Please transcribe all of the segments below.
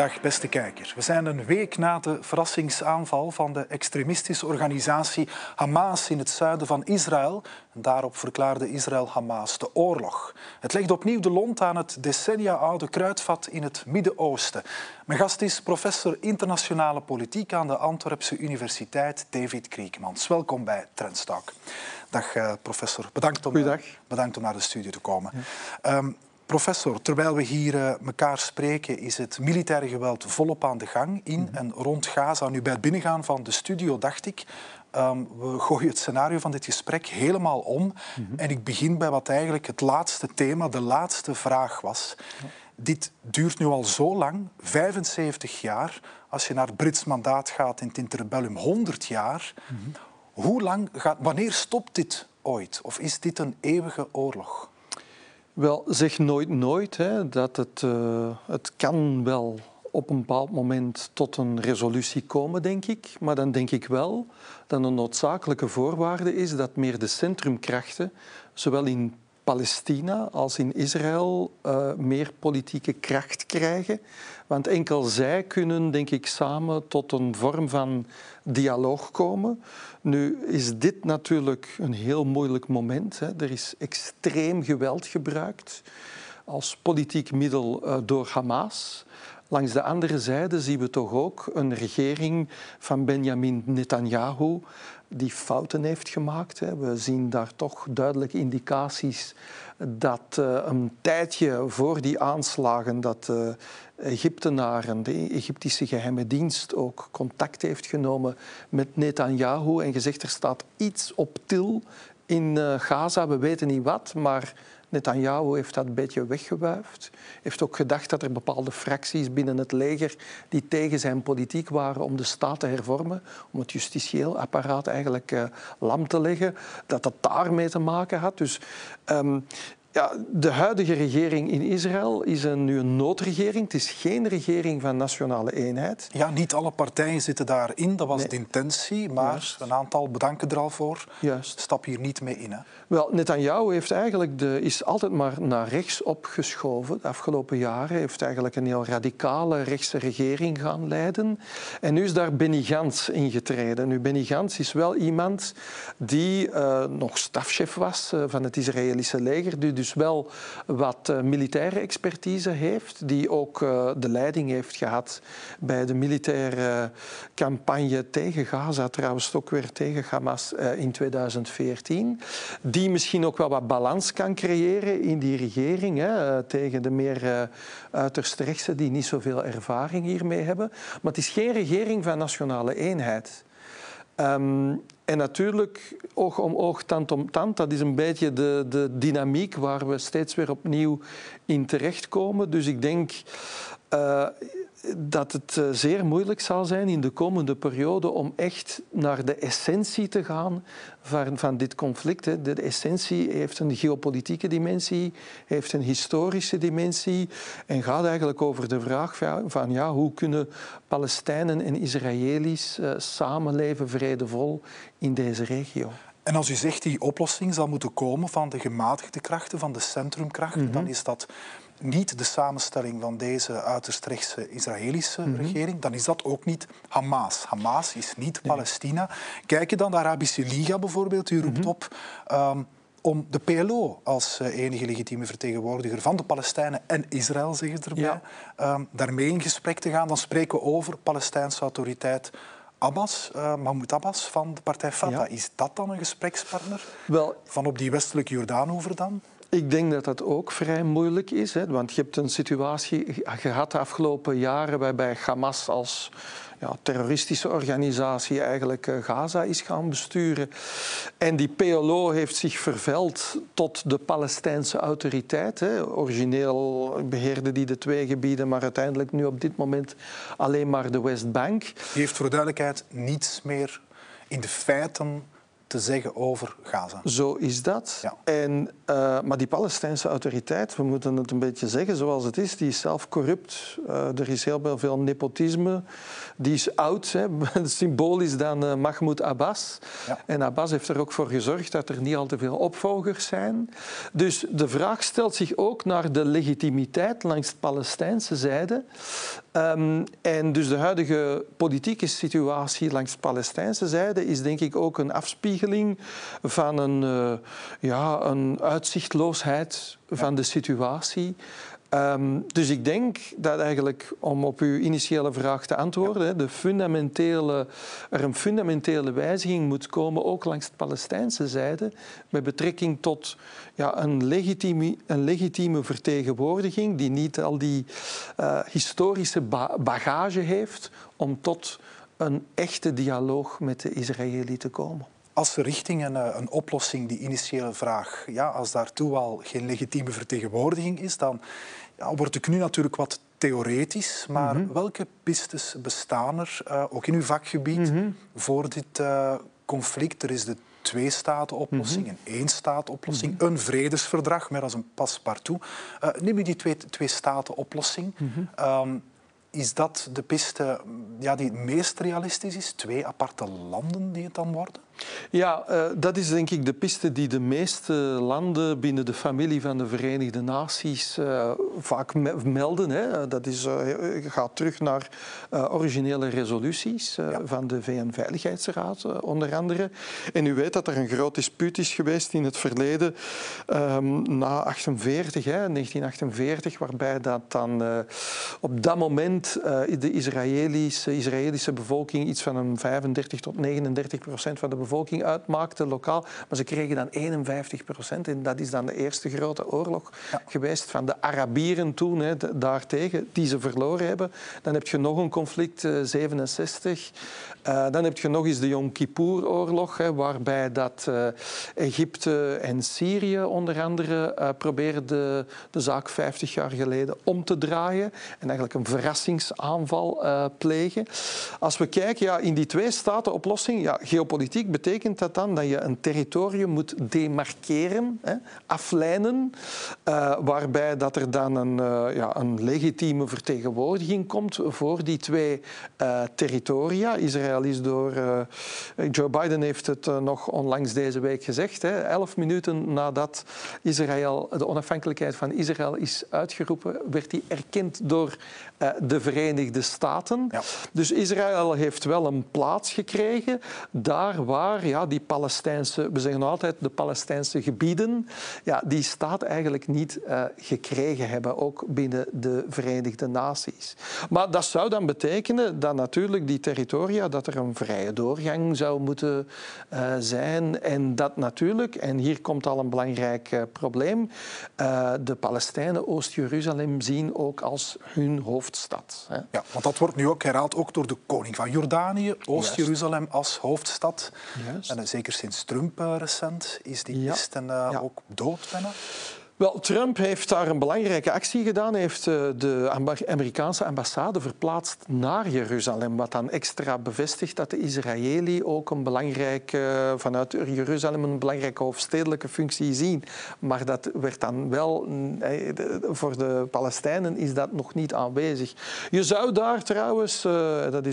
Dag beste kijker. We zijn een week na de verrassingsaanval van de extremistische organisatie Hamas in het zuiden van Israël. En daarop verklaarde Israël-Hamas de oorlog. Het legt opnieuw de lont aan het decennia-oude kruidvat in het Midden-Oosten. Mijn gast is professor internationale politiek aan de Antwerpse Universiteit, David Kriekmans. Welkom bij Trendstalk. Dag professor, bedankt om naar de studio te komen. Ja. Professor, terwijl we hier elkaar spreken, is het militaire geweld volop aan de gang in en rond Gaza. Nu, bij het binnengaan van de studio dacht ik, we gooien het scenario van dit gesprek helemaal om. En ik begin bij wat eigenlijk het laatste thema, de laatste vraag was. Ja. Dit duurt nu al zo lang, 75 jaar. Als je naar het Brits mandaat gaat in het interbellum, 100 jaar. Hoe lang wanneer stopt dit ooit? Of is dit een eeuwige oorlog? Wel, zeg nooit nooit. Hè, dat het kan wel op een bepaald moment tot een resolutie komen, denk ik. Maar dan denk ik wel dat een noodzakelijke voorwaarde is dat meer de centrumkrachten, zowel in Palestina als in Israël, meer politieke kracht krijgen. Want enkel zij kunnen, denk ik, samen tot een vorm van dialoog komen. Nu is dit natuurlijk een heel moeilijk moment. Hè. Er is extreem geweld gebruikt als politiek middel door Hamas. Langs de andere zijde zien we toch ook een regering van Benjamin Netanyahu die fouten heeft gemaakt. We zien daar toch duidelijke indicaties dat een tijdje voor die aanslagen dat de Egyptenaren, de Egyptische geheime dienst, ook contact heeft genomen met Netanyahu en gezegd er staat iets op til in Gaza, we weten niet wat, maar Netanyahu heeft dat een beetje weggewuifd. Heeft ook gedacht dat er bepaalde fracties binnen het leger die tegen zijn politiek waren om de staat te hervormen, om het justitieel apparaat eigenlijk lam te leggen, dat dat daarmee te maken had. Dus ja, de huidige regering in Israël is nu een noodregering. Het is geen regering van nationale eenheid. Ja, niet alle partijen zitten daarin. Dat was de intentie, maar een aantal bedanken er al voor. Stap hier niet mee in. Hè? Wel, Netanyahu heeft eigenlijk is altijd maar naar rechts opgeschoven. De afgelopen jaren heeft eigenlijk een heel radicale rechtse regering gaan leiden. En nu is daar Benny Gantz ingetreden. Nu, Benny Gantz is wel iemand die nog stafchef was van het Israëlische leger, die dus wel wat militaire expertise heeft, die ook de leiding heeft gehad bij de militaire campagne tegen Gaza, trouwens ook weer tegen Hamas in 2014, die misschien ook wel wat balans kan creëren in die regering, hè, tegen de meer uiterst rechtse die niet zoveel ervaring hiermee hebben. Maar het is geen regering van nationale eenheid. En natuurlijk, oog om oog, tand om tand, dat is een beetje de dynamiek waar we steeds weer opnieuw in terechtkomen. Dus ik denk dat het zeer moeilijk zal zijn in de komende periode om echt naar de essentie te gaan van dit conflict. De essentie heeft een geopolitieke dimensie, heeft een historische dimensie en gaat eigenlijk over de vraag van hoe kunnen Palestijnen en Israëli's samenleven vredevol in deze regio. En als u zegt die oplossing zal moeten komen van de gematigde krachten, van de centrumkrachten, dan is dat niet de samenstelling van deze uiterst rechtse Israëlische regering, dan is dat ook niet Hamas. Hamas is niet Palestina. Kijk je dan de Arabische Liga bijvoorbeeld, u roept op om de PLO als enige legitieme vertegenwoordiger van de Palestijnen en Israël, zeggen ze erbij, daarmee in gesprek te gaan. Dan spreken we over Palestijnse autoriteit Mahmoud Abbas van de partij Fatah. Ja. Is dat dan een gesprekspartner? Van op die westelijke Jordaanoever dan? Ik denk dat dat ook vrij moeilijk is. Hè, want je hebt een situatie gehad de afgelopen jaren waarbij Hamas als terroristische organisatie eigenlijk Gaza is gaan besturen. En die PLO heeft zich verveld tot de Palestijnse autoriteit. Hè. Origineel beheerde die de twee gebieden, maar uiteindelijk nu op dit moment alleen maar de Westbank. Die heeft voor duidelijkheid niets meer in de feiten te zeggen over Gaza. Zo is dat. Ja. Maar die Palestijnse autoriteit, we moeten het een beetje zeggen zoals het is, die is zelf corrupt. Er is heel veel nepotisme. Die is oud. Hè. Symbolisch dan Mahmoud Abbas. Ja. En Abbas heeft er ook voor gezorgd dat er niet al te veel opvolgers zijn. Dus de vraag stelt zich ook naar de legitimiteit langs de Palestijnse zijde. En dus de huidige politieke situatie langs de Palestijnse zijde is denk ik ook een afspiegeling van een uitzichtloosheid van de situatie. Dus ik denk dat eigenlijk, om op uw initiële vraag te antwoorden, er een fundamentele wijziging moet komen, ook langs de Palestijnse zijde, met betrekking tot een legitieme vertegenwoordiging die niet al die historische bagage heeft om tot een echte dialoog met de Israëli te komen. Als we richting een oplossing, die initiële vraag, als daartoe al geen legitieme vertegenwoordiging is, dan wordt het nu natuurlijk wat theoretisch. Maar welke pistes bestaan er, ook in uw vakgebied, voor dit conflict? Er is de twee-staten-oplossing, een één-staat-oplossing, een vredesverdrag, meer als een passepartout. Neem u die twee-staten-oplossing. Is dat de piste die het meest realistisch is? Twee aparte landen die het dan worden? Ja, dat is denk ik de piste die de meeste landen binnen de familie van de Verenigde Naties vaak melden. Hè. Dat gaat terug naar originele resoluties van de VN-veiligheidsraad, onder andere. En u weet dat er een groot dispuut is geweest in het verleden, na 1948, waarbij dat dan op dat moment de Israëlische bevolking iets van een 35 tot 39% van de bevolking uitmaakte lokaal, maar ze kregen dan 51%. En dat is dan de eerste grote oorlog geweest van de Arabieren toen, daartegen, die ze verloren hebben. Dan heb je nog een conflict, 67. Dan heb je nog eens de Yom Kippur-oorlog, waarbij dat Egypte en Syrië onder andere probeerden de zaak 50 jaar geleden om te draaien en eigenlijk een verrassingsaanval plegen. Als we kijken in die twee-staten-oplossing, geopolitiek betekent dat dan dat je een territorium moet demarkeren, aflijnen, waarbij dat er dan een legitieme vertegenwoordiging komt voor die twee territoria. Israël is door... Joe Biden heeft het nog onlangs deze week gezegd. 11 minuten nadat Israël, de onafhankelijkheid van Israël is uitgeroepen, werd die erkend door de Verenigde Staten. Ja. Dus Israël heeft wel een plaats gekregen daar waar die Palestijnse, we zeggen altijd de Palestijnse gebieden, die staat eigenlijk niet gekregen hebben, ook binnen de Verenigde Naties. Maar dat zou dan betekenen dat natuurlijk die territoria, dat er een vrije doorgang zou moeten zijn en dat natuurlijk, en hier komt al een belangrijk probleem, de Palestijnen Oost-Jeruzalem zien ook als hun hoofdstad. Hè. Ja, want dat wordt nu ook herhaald, ook door de koning van Jordanië, Oost-Jeruzalem als hoofdstad. En zeker sinds Trump recent is die piste ook dood bijna. Wel, Trump heeft daar een belangrijke actie gedaan. Hij heeft de Amerikaanse ambassade verplaatst naar Jeruzalem, wat dan extra bevestigt dat de Israëli ook vanuit Jeruzalem een belangrijke hoofdstedelijke functie zien. Maar dat werd dan wel, voor de Palestijnen is dat nog niet aanwezig. Je zou daar trouwens, daar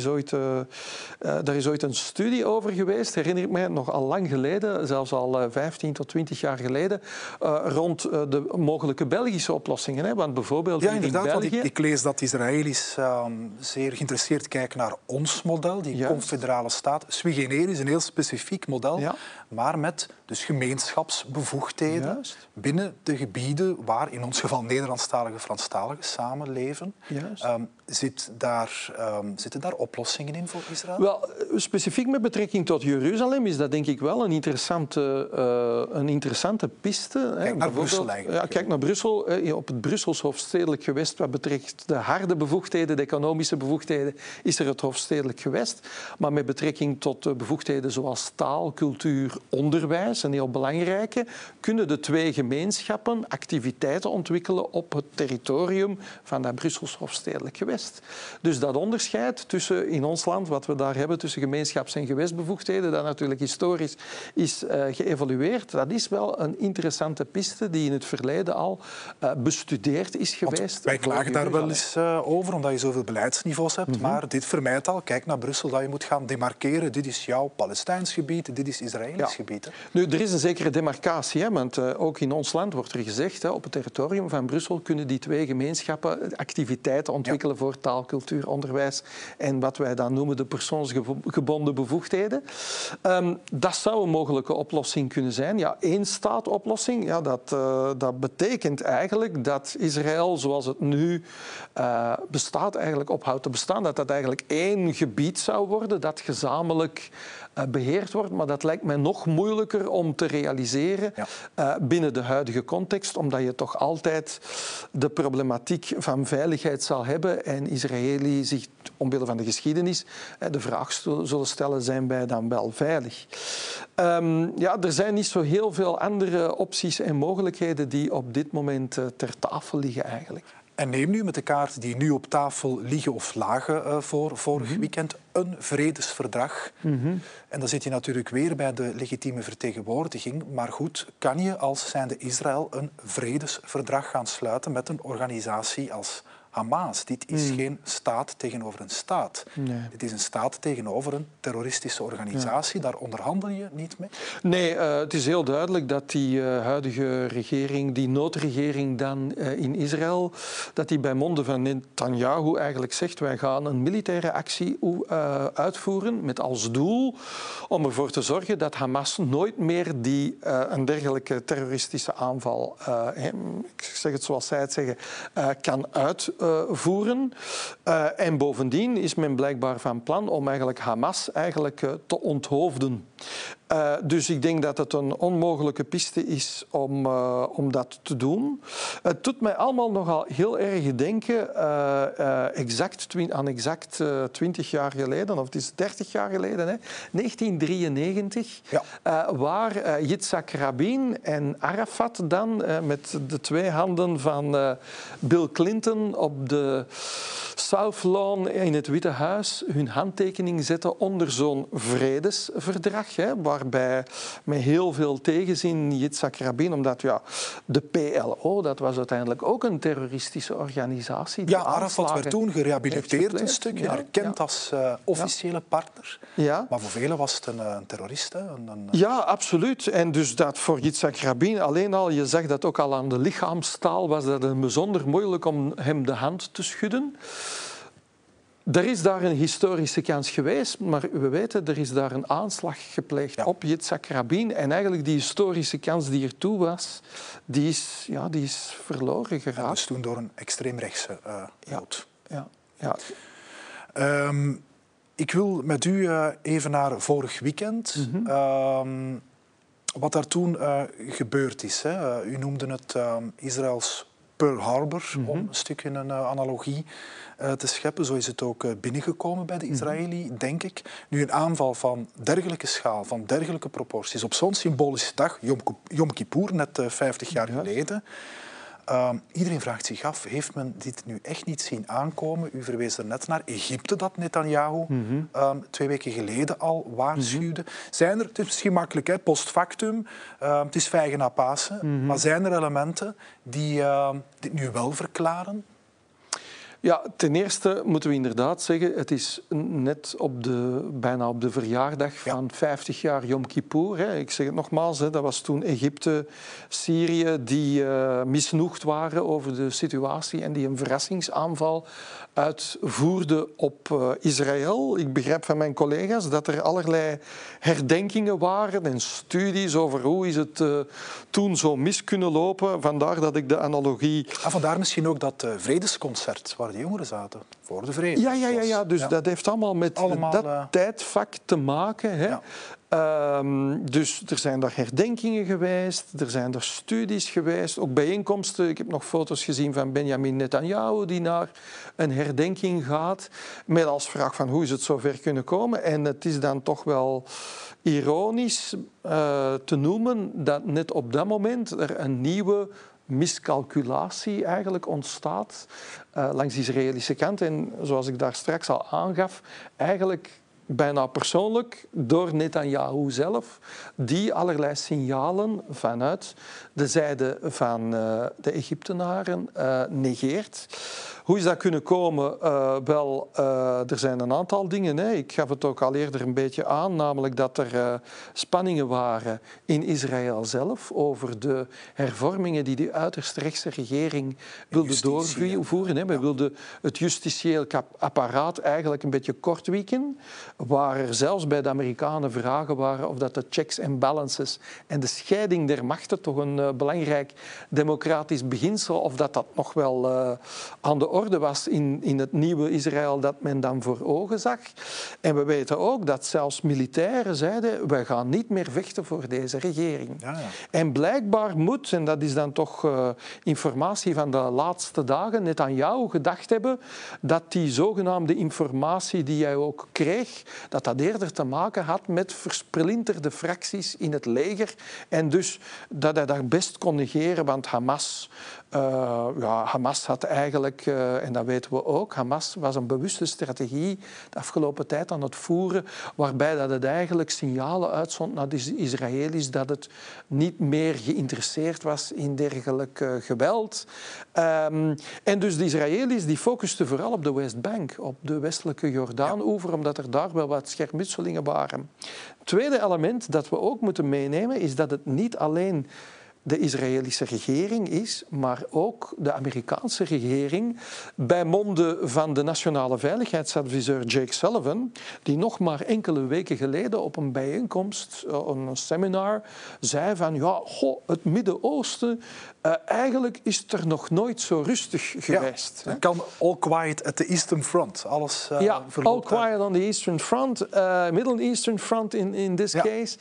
is ooit een studie over geweest, herinner ik mij, nog al lang geleden, zelfs al 15 tot 20 jaar geleden, rond de mogelijke Belgische oplossingen. Hè? Want bijvoorbeeld inderdaad, in België... want ik lees dat de Israëli's zeer geïnteresseerd kijken naar ons model, die confederale staat. Sui generis, een heel specifiek model, maar met dus gemeenschapsbevoegdheden binnen de gebieden waar in ons geval Nederlandstalige, Franstaligen samenleven. Zitten daar oplossingen in voor Israël? Wel, specifiek met betrekking tot Jeruzalem is dat denk ik wel een interessante piste. Kijk naar Brussel eigenlijk. Ja, kijk naar Brussel. Op het Brussels hoofdstedelijk gewest, wat betreft de harde bevoegdheden, de economische bevoegdheden, is er het hoofdstedelijk gewest. Maar met betrekking tot bevoegdheden zoals taal, cultuur, onderwijs, een heel belangrijke, kunnen de twee gemeenschappen activiteiten ontwikkelen op het territorium van dat Brussels hoofdstedelijk gewest. Dus dat onderscheid tussen in ons land, wat we daar hebben, tussen gemeenschaps- en gewestbevoegdheden, dat natuurlijk historisch is geëvolueerd, dat is wel een interessante piste die in het verleden al bestudeerd is geweest. Wij klagen daar wel eens over, omdat je zoveel beleidsniveaus hebt. Maar dit vermijdt al, kijk naar Brussel, dat je moet gaan demarkeren. Dit is jouw Palestijns gebied, dit is Israëlisch gebied. Hè? Nu, er is een zekere demarcatie, hè, want ook in ons land wordt er gezegd, hè, op het territorium van Brussel kunnen die twee gemeenschappen activiteiten ontwikkelen voor taal, cultuur, onderwijs en wat wij dan noemen de persoonsgebonden bevoegdheden. Dat zou een mogelijke oplossing kunnen zijn. Ja, één-staat-oplossing, ja, dat betekent eigenlijk dat Israël, zoals het nu bestaat, eigenlijk ophoudt te bestaan. Dat dat eigenlijk één gebied zou worden dat gezamenlijk beheerd wordt. Maar dat lijkt mij nog moeilijker om te realiseren binnen de huidige context, omdat je toch altijd de problematiek van veiligheid zal hebben en Israëli zich omwille van de geschiedenis de vraag zullen stellen, zijn wij dan wel veilig? Er zijn niet zo heel veel andere opties en mogelijkheden die op dit moment ter tafel liggen eigenlijk. En neem nu met de kaart die nu op tafel liggen of lagen voor vorig weekend een vredesverdrag. En dan zit je natuurlijk weer bij de legitieme vertegenwoordiging. Maar goed, kan je als zijnde Israël een vredesverdrag gaan sluiten met een organisatie als Hamas? Dit is geen staat tegenover een staat. Nee. Dit is een staat tegenover een terroristische organisatie. Daar onderhandel je niet mee? Nee, het is heel duidelijk dat die huidige regering, die noodregering dan in Israël, dat die bij monden van Netanyahu eigenlijk zegt, wij gaan een militaire actie uitvoeren met als doel om ervoor te zorgen dat Hamas nooit meer een dergelijke terroristische aanval, ik zeg het zoals zij het zeggen, kan uitvoeren. En bovendien is men blijkbaar van plan om eigenlijk Hamas te onthoofden. Dus ik denk dat het een onmogelijke piste is om dat te doen. Het doet mij allemaal nogal heel erg denken aan exact 20 jaar geleden, of het is 30 jaar geleden, 1993, waar Yitzhak Rabin en Arafat dan met de twee handen van Bill Clinton op de South Lawn in het Witte Huis hun handtekening zetten onder zo'n vredesverdrag, waarbij met heel veel tegenzin Yitzhak Rabin, omdat de PLO, dat was uiteindelijk ook een terroristische organisatie. Arafat werd toen gerehabiliteerd een stuk, erkend als officiële partner. Ja. Maar voor velen was het een terrorist. Ja, absoluut. En dus dat voor Yitzhak Rabin alleen al, je zag dat ook al aan de lichaamstaal, was dat bijzonder moeilijk om hem de hand te schudden. Er is daar een historische kans geweest, maar we weten, er is daar een aanslag gepleegd op Yitzhak Rabin. En eigenlijk die historische kans die er toe was, die is verloren geraakt. Ja, dus toen door een extreemrechtse moed. Ja. Ik wil met u even naar vorig weekend. Wat daar toen gebeurd is. Hè. U noemde het Israëls Pearl Harbor, om een stukje een analogie te scheppen. Zo is het ook binnengekomen bij de Israëli, denk ik. Nu, een aanval van dergelijke schaal, van dergelijke proporties, op zo'n symbolische dag, Yom Kippur, net 50 jaar geleden. Iedereen vraagt zich af, heeft men dit nu echt niet zien aankomen? U verwees er net naar Egypte, dat Netanyahu 2 weken geleden al waarschuwde. Zijn er, het is misschien makkelijk, post factum, het is vijgen na Pasen, maar zijn er elementen die dit nu wel verklaren? Ja, ten eerste moeten we inderdaad zeggen, het is net bijna op de verjaardag van 50 jaar Yom Kippur. Hè. Ik zeg het nogmaals, dat was toen Egypte, Syrië, die misnoegd waren over de situatie en die een verrassingsaanval uitvoerden op Israël. Ik begrijp van mijn collega's dat er allerlei herdenkingen waren en studies over hoe is het toen zo mis kunnen lopen. Vandaar dat ik de analogie... Vandaar misschien ook dat vredesconcert waar de jongeren zaten voor de vrede. Ja, dus dat heeft allemaal met dat tijdvak te maken. Hè. Dus er zijn daar herdenkingen geweest, er zijn er studies geweest, ook bijeenkomsten. Ik heb nog foto's gezien van Benjamin Netanyahu die naar een herdenking gaat, met als vraag van hoe is het zover kunnen komen. En het is dan toch wel ironisch te noemen dat net op dat moment er een nieuwe miscalculatie eigenlijk ontstaat langs de Israëlische kant. En zoals ik daar straks al aangaf, eigenlijk bijna persoonlijk door Netanyahu zelf, die allerlei signalen vanuit de zijde van de Egyptenaren negeert. Hoe is dat kunnen komen? Er zijn een aantal dingen. Hè. Ik gaf het ook al eerder een beetje aan, namelijk dat er spanningen waren in Israël zelf over de hervormingen die de uiterst rechtse regering wilde doorvoeren. Hè. Men wilde het justitieel apparaat eigenlijk een beetje kortwieken, waar er zelfs bij de Amerikanen vragen waren of dat de checks en balances en de scheiding der machten, toch een belangrijk democratisch beginsel, of dat nog wel aan de orde was in het nieuwe Israël dat men dan voor ogen zag. En we weten ook dat zelfs militairen zeiden, wij gaan niet meer vechten voor deze regering. Ja. En blijkbaar moet, en dat is dan toch informatie van de laatste dagen, Netanyahu gedacht hebben dat die zogenaamde informatie die hij ook kreeg, dat eerder te maken had met versplinterde fracties in het leger. En dus dat hij dat best kon negeren, want Hamas had eigenlijk, en dat weten we ook, Hamas was een bewuste strategie de afgelopen tijd aan het voeren, waarbij dat het eigenlijk signalen uitzond naar de Israëli's dat het niet meer geïnteresseerd was in dergelijk geweld. En dus de Israëli's die focusten vooral op de Westbank, op de westelijke Jordaan-oever, omdat er daar wel wat schermutselingen waren. Het tweede element dat we ook moeten meenemen is dat het niet alleen de Israëlische regering is, maar ook de Amerikaanse regering, bij monden van de nationale veiligheidsadviseur Jake Sullivan, die nog maar enkele weken geleden op een bijeenkomst, een seminar, zei van het Midden-Oosten, eigenlijk is het er nog nooit zo rustig geweest. Ja, kan all quiet at the Eastern Front. Alles all quiet on the Eastern Front, Middle Eastern Front in this case.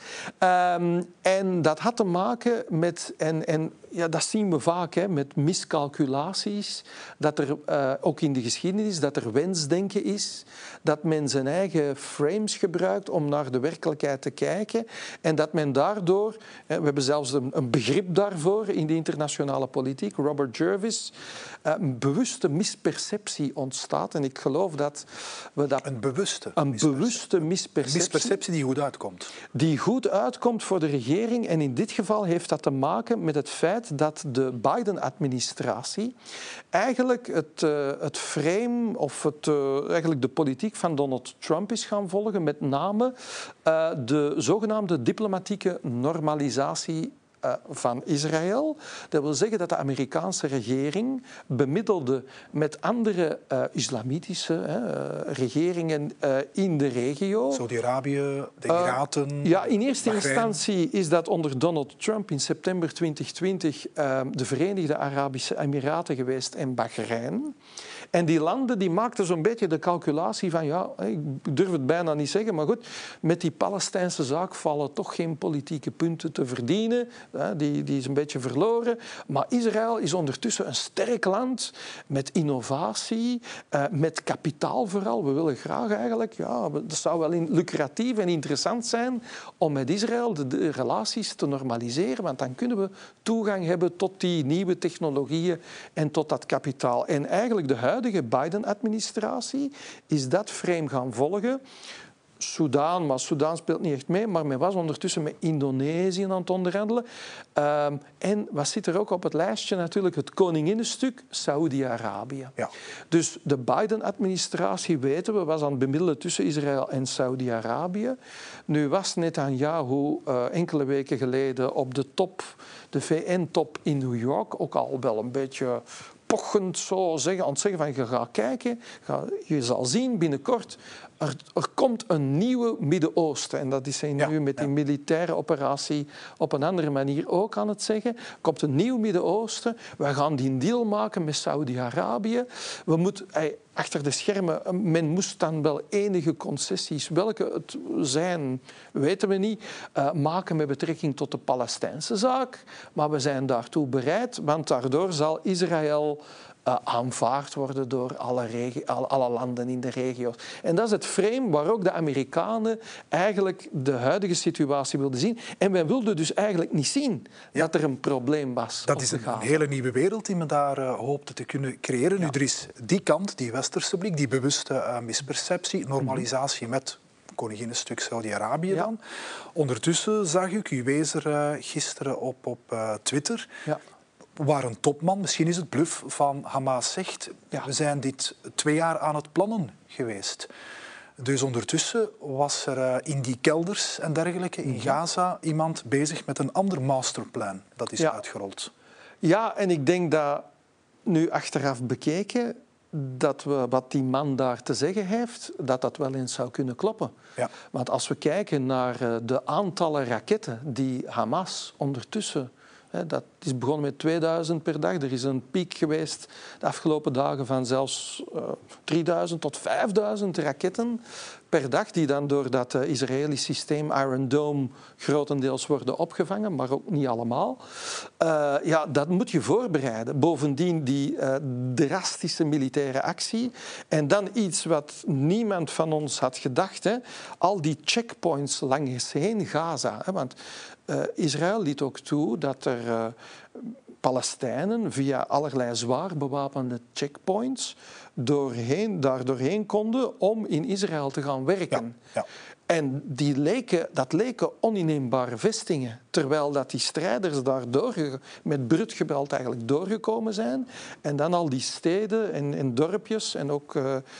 En dat had te maken met, en dat zien we vaak met miscalculaties, dat er ook in de geschiedenis, dat er wensdenken is, dat men zijn eigen frames gebruikt om naar de werkelijkheid te kijken en dat men daardoor, we hebben zelfs een begrip daarvoor in de internationale politiek, Robert Jervis, een bewuste misperceptie ontstaat. En ik geloof dat we dat... Een bewuste misperceptie. Misperceptie die goed uitkomt. Die goed uitkomt voor de regering. En in dit geval heeft dat te maken met het feit dat de Biden-administratie eigenlijk het frame of eigenlijk de politiek van Donald Trump is gaan volgen, met name de zogenaamde diplomatieke normalisatie van Israël. Dat wil zeggen dat de Amerikaanse regering bemiddelde met andere islamitische regeringen in de regio. Saudi-Arabië, de Emiraten. In eerste instantie is dat onder Donald Trump in september 2020 de Verenigde Arabische Emiraten geweest en Bahrein. En die landen die maakten zo'n beetje de calculatie van, ik durf het bijna niet zeggen, maar goed, met die Palestijnse zaak vallen toch geen politieke punten te verdienen. Die is een beetje verloren. Maar Israël is ondertussen een sterk land met innovatie, met kapitaal vooral. We willen graag eigenlijk, dat zou wel lucratief en interessant zijn om met Israël de relaties te normaliseren, want dan kunnen we toegang hebben tot die nieuwe technologieën en tot dat kapitaal. En eigenlijk de huidige Biden-administratie is dat frame gaan volgen. Soudaan, maar Soudaan speelt niet echt mee, maar men was ondertussen met Indonesië aan het onderhandelen. En wat zit er ook op het lijstje natuurlijk? Het koninginnenstuk Saudi-Arabië. Ja. Dus de Biden-administratie, weten we, was aan het bemiddelen tussen Israël en Saudi-Arabië. Nu was Netanyahu enkele weken geleden op de VN-top in New York, ook al wel een beetje pochend zo zeggen, aan het zeggen van je gaat kijken, je zal zien binnenkort Er komt een nieuwe Midden-Oosten. En dat is hij nu met die militaire operatie op een andere manier ook aan het zeggen. Er komt een nieuw Midden-Oosten. We gaan die deal maken met Saudi-Arabië. We moeten... Achter de schermen, men moest dan wel enige concessies, welke het zijn, weten we niet, maken met betrekking tot de Palestijnse zaak. Maar we zijn daartoe bereid, want daardoor zal Israël aanvaard worden door alle landen in de regio. En dat is het frame waar ook de Amerikanen eigenlijk de huidige situatie wilden zien. En men wilde dus eigenlijk niet zien dat er een probleem was. Dat is een hele nieuwe wereld die men daar hoopte te kunnen creëren. Nu, er is die kant, die westerse blik, die bewuste misperceptie, normalisatie met koninginnenstuk Saudi-Arabië dan. Ondertussen zag ik, u wees er gisteren op Twitter... waar een topman, misschien is het bluff, van Hamas zegt... we zijn dit 2 jaar aan het plannen geweest. Dus ondertussen was er in die kelders en dergelijke in Gaza iemand bezig met een ander masterplan dat is uitgerold. Ja, en ik denk dat nu achteraf bekeken... dat wat die man daar te zeggen heeft, dat wel eens zou kunnen kloppen. Ja. Want als we kijken naar de aantallen raketten die Hamas ondertussen... Dat is begonnen met 2000 per dag. Er is een piek geweest de afgelopen dagen van zelfs 3000 tot 5000 raketten per dag, die dan door dat Israëlisch systeem Iron Dome grotendeels worden opgevangen, maar ook niet allemaal. Dat moet je voorbereiden. Bovendien die drastische militaire actie. En dan iets wat niemand van ons had gedacht. Hè. Al die checkpoints langs heen Gaza. Hè, want Israël liet ook toe dat er Palestijnen via allerlei zwaar bewapende checkpoints daar doorheen konden om in Israël te gaan werken. Ja. En dat leken oninneembare vestingen, terwijl dat die strijders daar met bruut geweld eigenlijk doorgekomen zijn. En dan al die steden en dorpjes en ook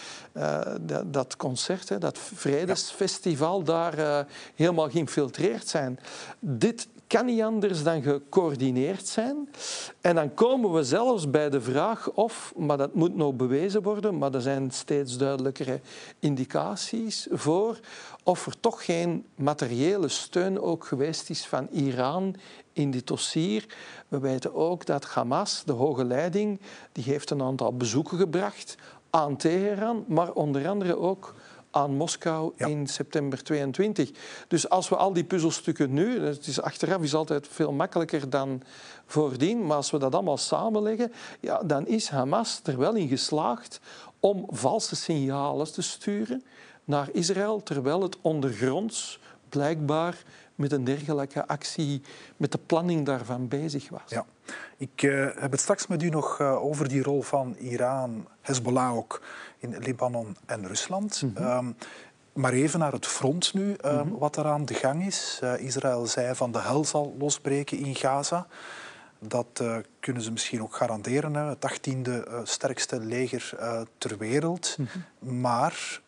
dat concert, dat vredesfestival, daar helemaal geïnfiltreerd zijn. Dit kan niet anders dan gecoördineerd zijn. En dan komen we zelfs bij de vraag of, maar dat moet nog bewezen worden, maar er zijn steeds duidelijkere indicaties voor, of er toch geen materiële steun ook geweest is van Iran in dit dossier. We weten ook dat Hamas, de hoge leiding, die heeft een aantal bezoeken gebracht aan Teheran, maar onder andere ook aan Moskou in september 22. Dus als we al die puzzelstukken nu... Achteraf is altijd veel makkelijker dan voordien, maar als we dat allemaal samenleggen, dan is Hamas er wel in geslaagd om valse signalen te sturen naar Israël, terwijl het ondergronds blijkbaar met een dergelijke actie, met de planning daarvan bezig was. Ja. Ik heb het straks met u nog over die rol van Iran, Hezbollah ook in Libanon en Rusland. Maar even naar het front nu, wat er aan de gang is. Israël zei van de hel zal losbreken in Gaza. Dat kunnen ze misschien ook garanderen. Hè. Het 18e sterkste leger ter wereld. Maar...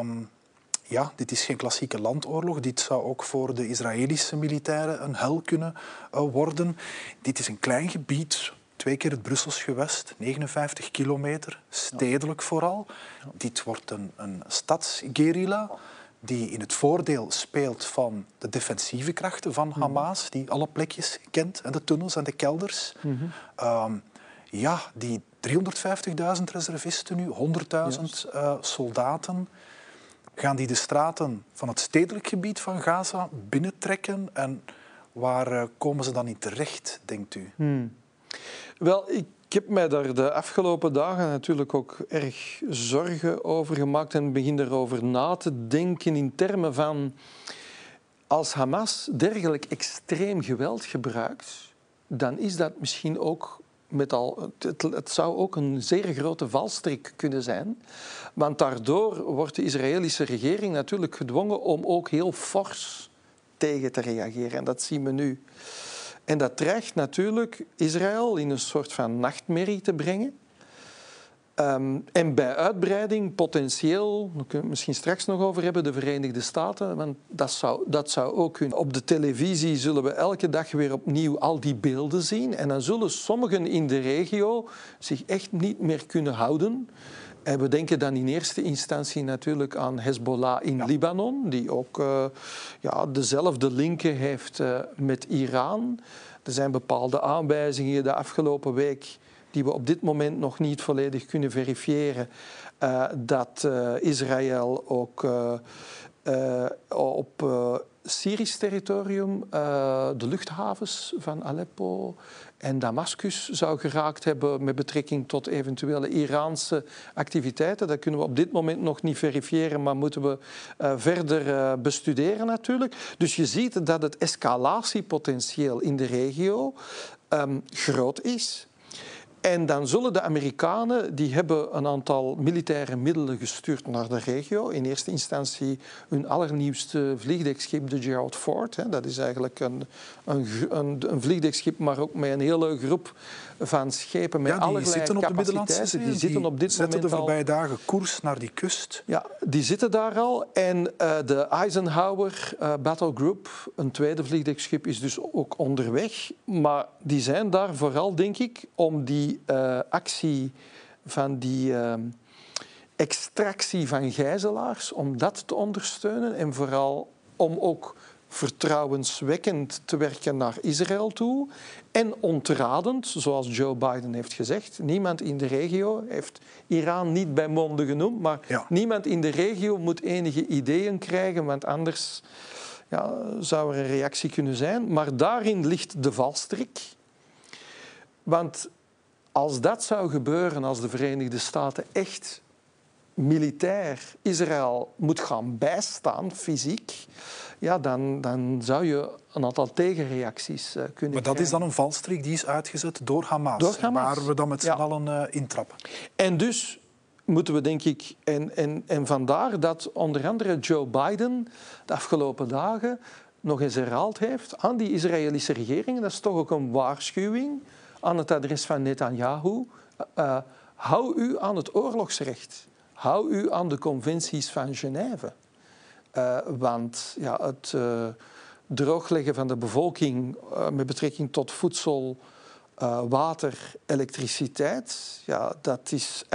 dit is geen klassieke landoorlog. Dit zou ook voor de Israëlische militairen een hel kunnen worden. Dit is een klein gebied, 2 keer het Brussels gewest, 59 kilometer, stedelijk vooral. Ja. Dit wordt een stadsguerrilla die in het voordeel speelt van de defensieve krachten van Hamas, die alle plekjes kent, en de tunnels en de kelders. Die 350.000 reservisten nu, 100.000 soldaten... Gaan die de straten van het stedelijk gebied van Gaza binnentrekken? En waar komen ze dan in terecht, denkt u? Wel, ik heb mij daar de afgelopen dagen natuurlijk ook erg zorgen over gemaakt en begin erover na te denken in termen van... Als Hamas dergelijk extreem geweld gebruikt, dan is dat misschien ook... Het zou ook een zeer grote valstrik kunnen zijn. Want daardoor wordt de Israëlische regering natuurlijk gedwongen om ook heel fors tegen te reageren. En dat zien we nu. En dat dreigt natuurlijk Israël in een soort van nachtmerrie te brengen. En bij uitbreiding potentieel, daar kunnen we het misschien straks nog over hebben, de Verenigde Staten, want dat zou ook kunnen. Op de televisie zullen we elke dag weer opnieuw al die beelden zien en dan zullen sommigen in de regio zich echt niet meer kunnen houden En we denken dan in eerste instantie natuurlijk aan Hezbollah in Libanon, die ook dezelfde linken heeft met Iran. Er zijn bepaalde aanwijzingen de afgelopen week die we op dit moment nog niet volledig kunnen verifiëren, dat Israël ook op Syrisch territorium de luchthavens van Aleppo en Damascus zou geraakt hebben met betrekking tot eventuele Iraanse activiteiten. Dat kunnen we op dit moment nog niet verifiëren, maar moeten we verder bestuderen natuurlijk. Dus je ziet dat het escalatiepotentieel in de regio groot is. En dan zullen de Amerikanen, die hebben een aantal militaire middelen gestuurd naar de regio. In eerste instantie hun allernieuwste vliegdekschip, de Gerald Ford. Dat is eigenlijk een vliegdekschip, maar ook met een hele groep van schepen met allerlei capaciteiten. Die zitten op dit moment de voorbije dagen koers naar die kust. Ja, die zitten daar al. En de Eisenhower Battle Group, een tweede vliegdekschip, is dus ook onderweg. Maar die zijn daar vooral, denk ik, om die actie van die extractie van gijzelaars, om dat te ondersteunen en vooral om ook vertrouwenswekkend te werken naar Israël toe en ontradend, zoals Joe Biden heeft gezegd. Niemand in de regio, heeft Iran niet bij monde genoemd, maar niemand in de regio moet enige ideeën krijgen, want anders zou er een reactie kunnen zijn. Maar daarin ligt de valstrik. Want als dat zou gebeuren, als de Verenigde Staten echt militair Israël moet gaan bijstaan, fysiek, dan zou je een aantal tegenreacties kunnen krijgen. Maar dat is dan een valstrik die is uitgezet door Hamas. Waar we dan met z'n allen intrappen. En dus moeten we, denk ik, en vandaar dat onder andere Joe Biden de afgelopen dagen nog eens herhaald heeft aan die Israëlische regering, dat is toch ook een waarschuwing aan het adres van Netanyahu, hou u aan het oorlogsrecht. Hou u aan de conventies van Genève. Want het droogleggen van de bevolking met betrekking tot voedsel, water, elektriciteit, dat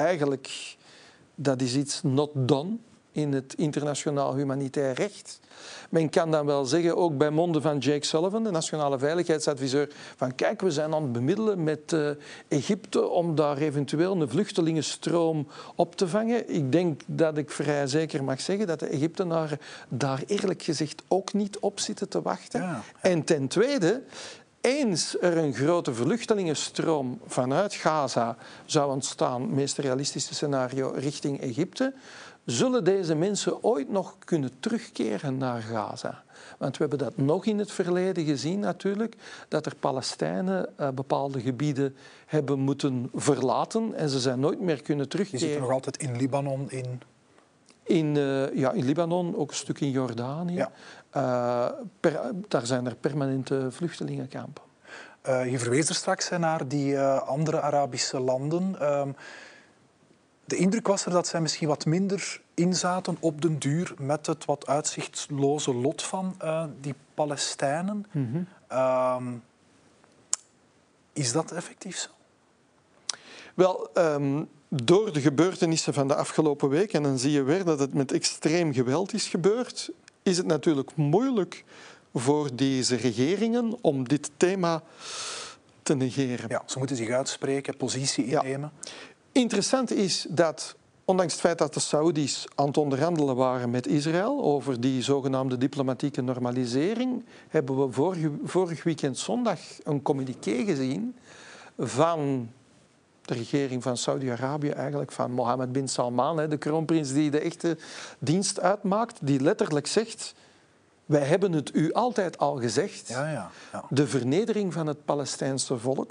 is iets not done in het internationaal humanitair recht. Men kan dan wel zeggen, ook bij monden van Jake Sullivan, de nationale veiligheidsadviseur, van kijk, we zijn aan het bemiddelen met Egypte om daar eventueel een vluchtelingenstroom op te vangen. Ik denk dat ik vrij zeker mag zeggen dat de Egyptenaren daar eerlijk gezegd ook niet op zitten te wachten. Ja. En ten tweede, eens er een grote vluchtelingenstroom vanuit Gaza zou ontstaan, het meest realistische scenario, richting Egypte, zullen deze mensen ooit nog kunnen terugkeren naar Gaza? Want we hebben dat nog in het verleden gezien natuurlijk, dat er Palestijnen bepaalde gebieden hebben moeten verlaten en ze zijn nooit meer kunnen terugkeren. Die zitten nog altijd in Libanon? In Libanon, ook een stuk in Jordanië. Ja. Daar zijn er permanente vluchtelingenkampen. Je verwees er straks naar die andere Arabische landen. De indruk was er dat zij misschien wat minder inzaten op den duur met het wat uitzichtloze lot van die Palestijnen. Mm-hmm. Is dat effectief zo? Wel, door de gebeurtenissen van de afgelopen week, en dan zie je weer dat het met extreem geweld is gebeurd, is het natuurlijk moeilijk voor deze regeringen om dit thema te negeren. Ja, ze moeten zich uitspreken, positie innemen. Ja. Interessant is dat, ondanks het feit dat de Saoedi's aan het onderhandelen waren met Israël over die zogenaamde diplomatieke normalisering, hebben we vorig weekend zondag een communiqué gezien van de regering van Saudi-Arabië, eigenlijk van Mohammed bin Salman, de kroonprins die de echte dienst uitmaakt, die letterlijk zegt: wij hebben het u altijd al gezegd, de vernedering van het Palestijnse volk,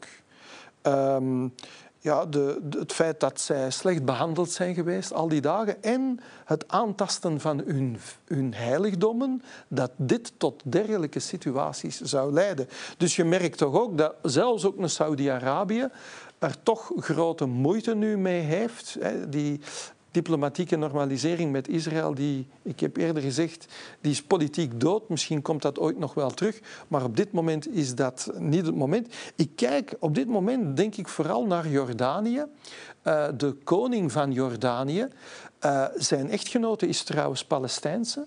het feit dat zij slecht behandeld zijn geweest al die dagen en het aantasten van hun heiligdommen, dat dit tot dergelijke situaties zou leiden. Dus je merkt toch ook dat zelfs ook een Saudi-Arabië er toch grote moeite nu mee heeft. Die diplomatieke normalisering met Israël, ik heb eerder gezegd, die is politiek dood. Misschien komt dat ooit nog wel terug. Maar op dit moment is dat niet het moment. Ik kijk op dit moment, denk ik, vooral naar Jordanië. De koning van Jordanië, zijn echtgenote is trouwens Palestijnse.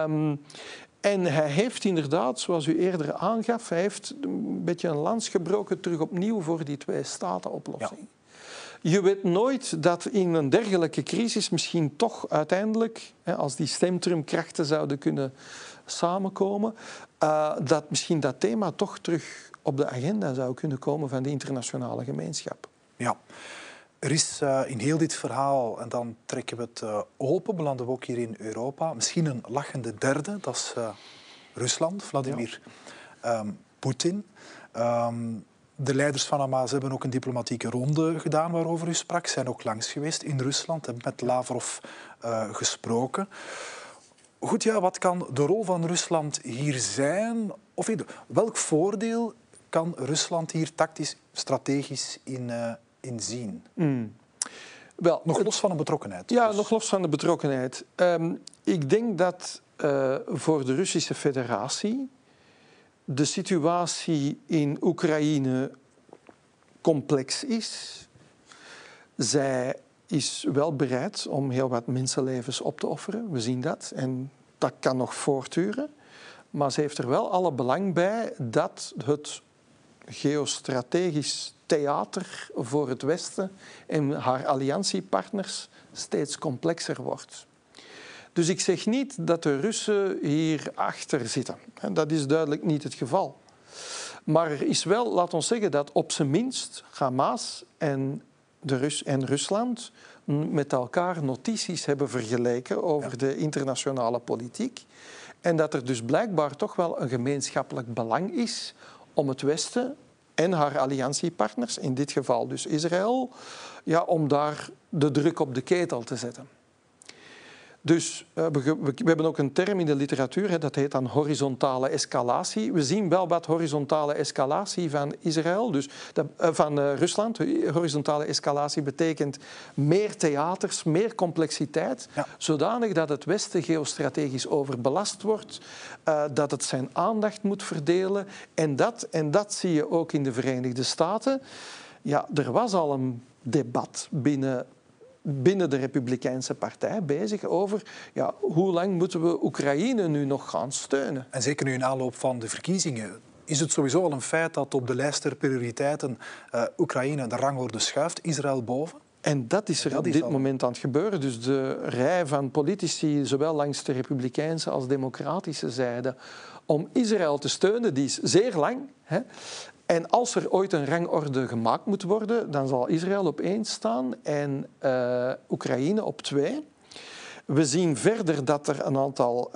En hij heeft inderdaad, zoals u eerder aangaf, hij heeft een beetje een lans gebroken terug opnieuw voor die twee-staten-oplossing. Ja. Je weet nooit dat in een dergelijke crisis misschien toch uiteindelijk, als die centrumkrachten zouden kunnen samenkomen, dat misschien dat thema toch terug op de agenda zou kunnen komen van de internationale gemeenschap. Ja. Er is in heel dit verhaal, en dan trekken we het open, belanden we ook hier in Europa, misschien een lachende derde, dat is Rusland, Vladimir Poetin. De leiders van Hamas hebben ook een diplomatieke ronde gedaan waarover u sprak. Ze zijn ook langs geweest in Rusland, hebben met Lavrov gesproken. Goed, ja, wat kan de rol van Rusland hier zijn? Of welk voordeel kan Rusland hier tactisch, strategisch in zien? Wel, nog los van de betrokkenheid. Ja, dus. Nog los van de betrokkenheid. Ik denk dat voor de Russische Federatie de situatie in Oekraïne complex is. Zij is wel bereid om heel wat mensenlevens op te offeren. We zien dat. En dat kan nog voortduren. Maar ze heeft er wel alle belang bij dat het geostrategisch theater voor het Westen en haar alliantiepartners steeds complexer wordt. Dus ik zeg niet dat de Russen hier achter zitten. Dat is duidelijk niet het geval. Maar er is wel, laat ons zeggen, dat op zijn minst Hamas en Rusland met elkaar notities hebben vergeleken over de internationale politiek. En dat er dus blijkbaar toch wel een gemeenschappelijk belang is om het Westen en haar alliantiepartners, in dit geval dus Israël, om daar de druk op de ketel te zetten. Dus we hebben ook een term in de literatuur, dat heet dan horizontale escalatie. We zien wel wat horizontale escalatie van Israël, dus van Rusland. Horizontale escalatie betekent meer theaters, meer complexiteit, zodanig dat het Westen geostrategisch overbelast wordt, dat het zijn aandacht moet verdelen. En dat zie je ook in de Verenigde Staten. Ja, er was al een debat binnen de Republikeinse Partij bezig over hoe lang moeten we Oekraïne nu nog gaan steunen. En zeker nu in aanloop van de verkiezingen is het sowieso al een feit dat op de lijst der prioriteiten Oekraïne de rangorde schuift, Israël boven. En dat is er op dit moment aan het gebeuren. Dus de rij van politici, zowel langs de republikeinse als democratische zijde, om Israël te steunen, die is zeer lang. En als er ooit een rangorde gemaakt moet worden, dan zal Israël op 1 staan en Oekraïne op 2. We zien verder dat er een aantal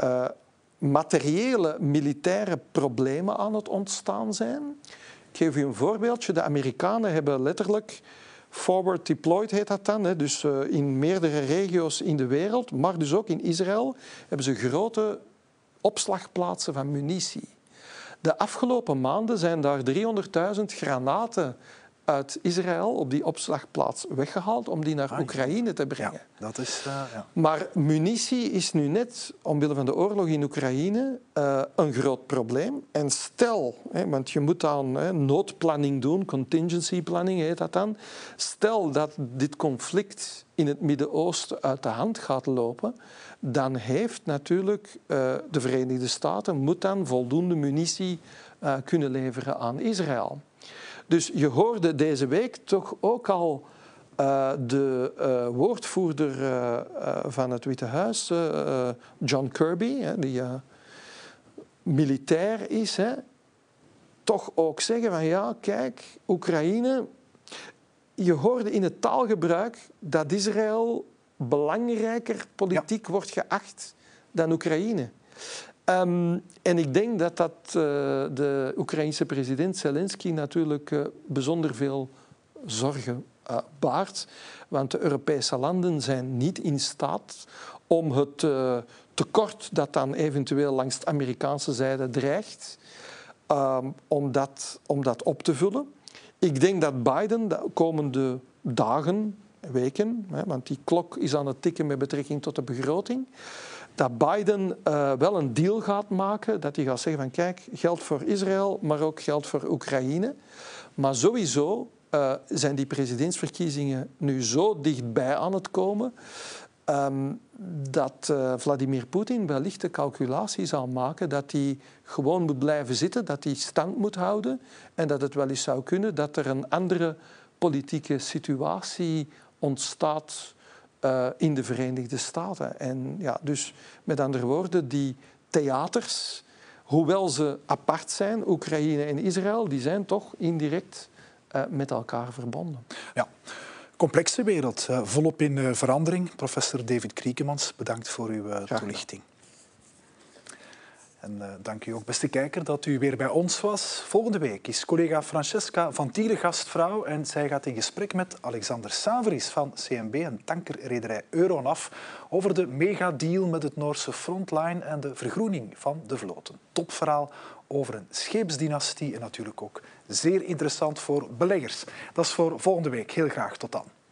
materiële militaire problemen aan het ontstaan zijn. Ik geef u een voorbeeldje. De Amerikanen hebben letterlijk forward deployed, heet dat dan. Dus in meerdere regio's in de wereld, maar dus ook in Israël, hebben ze grote opslagplaatsen van munitie. De afgelopen maanden zijn daar 300.000 granaten uit Israël op die opslagplaats weggehaald om die naar Oekraïne te brengen. Ja, dat is, Maar munitie is nu net, omwille van de oorlog in Oekraïne, een groot probleem. En stel, want je moet dan noodplanning doen, contingency planning heet dat dan. Stel dat dit conflict in het Midden-Oosten uit de hand gaat lopen, dan heeft natuurlijk de Verenigde Staten moet dan voldoende munitie kunnen leveren aan Israël. Dus je hoorde deze week toch ook al de woordvoerder van het Witte Huis, John Kirby, die militair is, toch ook zeggen van kijk, Oekraïne. Je hoorde in het taalgebruik dat Israël belangrijker politiek wordt geacht dan Oekraïne. En ik denk dat de Oekraïense president Zelensky natuurlijk bijzonder veel zorgen baart. Want de Europese landen zijn niet in staat om het tekort dat dan eventueel langs de Amerikaanse zijde dreigt, om dat op te vullen. Ik denk dat Biden de komende dagen, weken, want die klok is aan het tikken met betrekking tot de begroting, dat Biden wel een deal gaat maken, dat hij gaat zeggen van kijk, geld voor Israël, maar ook geld voor Oekraïne. Maar sowieso zijn die presidentsverkiezingen nu zo dichtbij aan het komen dat Vladimir Poetin wellicht de calculatie zal maken dat hij gewoon moet blijven zitten, dat hij stand moet houden en dat het wel eens zou kunnen dat er een andere politieke situatie ontstaat in de Verenigde Staten. En ja, dus met andere woorden, die theaters, hoewel ze apart zijn, Oekraïne en Israël, die zijn toch indirect met elkaar verbonden. Ja. Complexe wereld, volop in verandering. Professor David Kriekemans, bedankt voor uw toelichting. En dank u ook, beste kijker, dat u weer bij ons was. Volgende week is collega Francesca van Tiele gastvrouw en zij gaat in gesprek met Alexander Saveris van CMB en tankerrederij Euronaf over de megadeal met het Noorse Frontline en de vergroening van de vloot. Een topverhaal over een scheepsdynastie en natuurlijk ook zeer interessant voor beleggers. Dat is voor volgende week. Heel graag tot dan.